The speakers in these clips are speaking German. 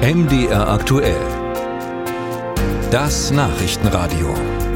MDR aktuell. Das Nachrichtenradio.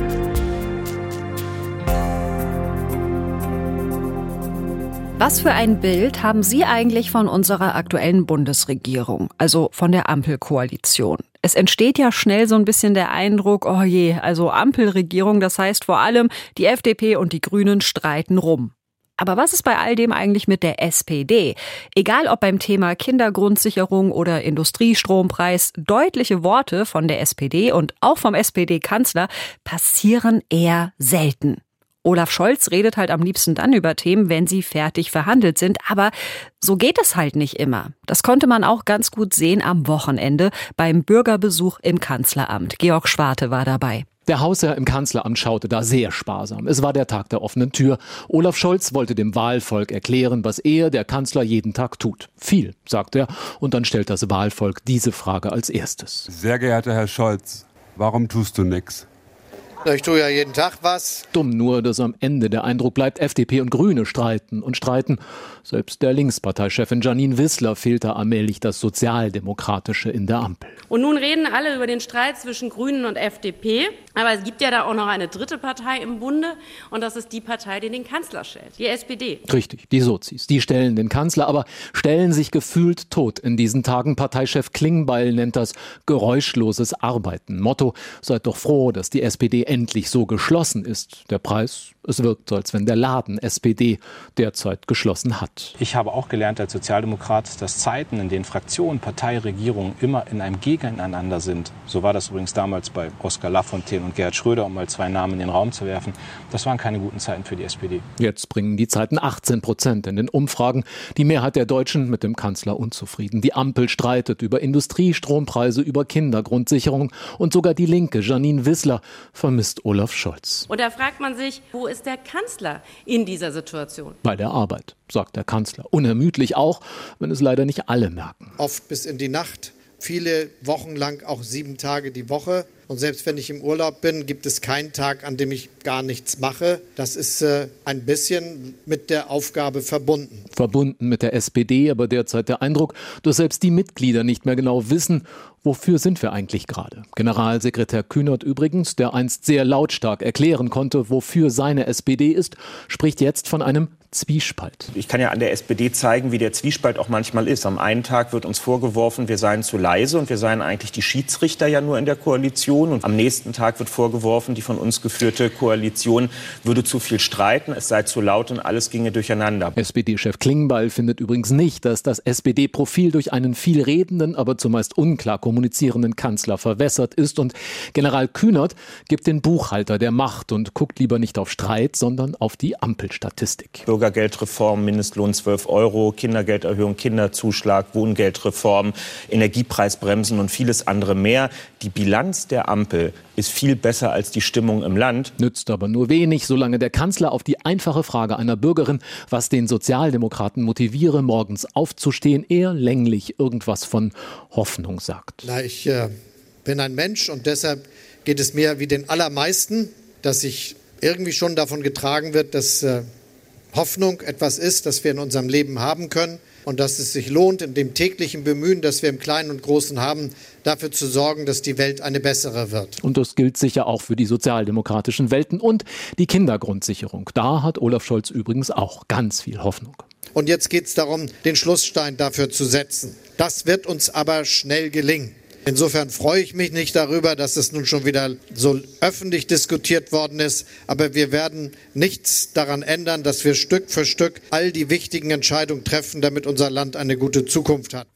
Was für ein Bild haben Sie eigentlich von unserer aktuellen Bundesregierung, also von der Ampelkoalition? Es entsteht ja schnell so ein bisschen der Eindruck, oh je, also Ampelregierung, das heißt vor allem, die FDP und die Grünen streiten rum. Aber was ist bei all dem eigentlich mit der SPD? Egal ob beim Thema Kindergrundsicherung oder Industriestrompreis, deutliche Worte von der SPD und auch vom SPD-Kanzler passieren eher selten. Olaf Scholz redet halt am liebsten dann über Themen, wenn sie fertig verhandelt sind. Aber so geht es halt nicht immer. Das konnte man auch ganz gut sehen am Wochenende beim Bürgerbesuch im Kanzleramt. Georg Schwarte war dabei. Der Hausherr im Kanzleramt schaute da sehr sparsam. Es war der Tag der offenen Tür. Olaf Scholz wollte dem Wahlvolk erklären, was er, der Kanzler, jeden Tag tut. Viel, sagt er. Und dann stellt das Wahlvolk diese Frage als erstes. Sehr geehrter Herr Scholz, warum tust du nichts? Ich tue ja jeden Tag was. Dumm nur, dass am Ende der Eindruck bleibt, FDP und Grüne streiten und streiten. Selbst der Linksparteichefin Janine Wissler fehlte allmählich das Sozialdemokratische in der Ampel. Und nun reden alle über den Streit zwischen Grünen und FDP. Aber es gibt ja da auch noch eine dritte Partei im Bunde. Und das ist die Partei, die den Kanzler stellt, die SPD. Richtig, die Sozis. Die stellen den Kanzler, aber stellen sich gefühlt tot in diesen Tagen. Parteichef Klingbeil nennt das geräuschloses Arbeiten. Motto, seid doch froh, dass die SPD endlich so geschlossen ist. Der Preis, es wirkt so, als wenn der Laden SPD derzeit geschlossen hat. Ich habe auch gelernt als Sozialdemokrat, dass Zeiten, in denen Fraktion, Partei, Regierung immer in einem Gegeneinander sind, so war das übrigens damals bei Oskar Lafontaine und Gerhard Schröder, um mal zwei Namen in den Raum zu werfen, das waren keine guten Zeiten für die SPD. Jetzt bringen die Zeiten 18% in den Umfragen. Die Mehrheit der Deutschen mit dem Kanzler unzufrieden. Die Ampel streitet über Industriestrompreise, über Kindergrundsicherung und sogar die Linke, Janine Wissler, vermisst Olaf Scholz. Und da fragt man sich, wo ist der Kanzler in dieser Situation? Bei der Arbeit, sagt der Kanzler. Unermüdlich auch, wenn es leider nicht alle merken. Oft bis in die Nacht, viele Wochen lang auch 7 Tage die Woche. Und selbst wenn ich im Urlaub bin, gibt es keinen Tag, an dem ich gar nichts mache. Das ist ein bisschen mit der Aufgabe verbunden. Verbunden mit der SPD, aber derzeit der Eindruck, dass selbst die Mitglieder nicht mehr genau wissen, wofür sind wir eigentlich gerade. Generalsekretär Kühnert übrigens, der einst sehr lautstark erklären konnte, wofür seine SPD ist, spricht jetzt von einem Zwiespalt. Ich kann ja an der SPD zeigen, wie der Zwiespalt auch manchmal ist. Am einen Tag wird uns vorgeworfen, wir seien zu leise und wir seien eigentlich die Schiedsrichter ja nur in der Koalition. Und am nächsten Tag wird vorgeworfen, die von uns geführte Koalition würde zu viel streiten, es sei zu laut und alles ginge durcheinander. SPD-Chef Klingbeil findet übrigens nicht, dass das SPD-Profil durch einen viel redenden, aber zumeist unklar kommunizierenden Kanzler verwässert ist. Und General Kühnert gibt den Buchhalter der Macht und guckt lieber nicht auf Streit, sondern auf die Ampelstatistik. Bürgergeldreform, Mindestlohn 12 Euro, Kindergelderhöhung, Kinderzuschlag, Wohngeldreform, Energiepreisbremsen und vieles andere mehr. Die Bilanz der Ampel ist viel besser als die Stimmung im Land. Nützt aber nur wenig, solange der Kanzler auf die einfache Frage einer Bürgerin, was den Sozialdemokraten motiviere, morgens aufzustehen, eher länglich irgendwas von Hoffnung sagt. Ich bin ein Mensch und deshalb geht es mir wie den allermeisten, dass ich irgendwie schon davon getragen wird, dass Hoffnung etwas ist, das wir in unserem Leben haben können und dass es sich lohnt, in dem täglichen Bemühen, das wir im Kleinen und Großen haben, dafür zu sorgen, dass die Welt eine bessere wird. Und das gilt sicher auch für die sozialdemokratischen Welten und die Kindergrundsicherung. Da hat Olaf Scholz übrigens auch ganz viel Hoffnung. Und jetzt geht es darum, den Schlussstein dafür zu setzen. Das wird uns aber schnell gelingen. Insofern freue ich mich nicht darüber, dass es nun schon wieder so öffentlich diskutiert worden ist. Aber wir werden nichts daran ändern, dass wir Stück für Stück all die wichtigen Entscheidungen treffen, damit unser Land eine gute Zukunft hat.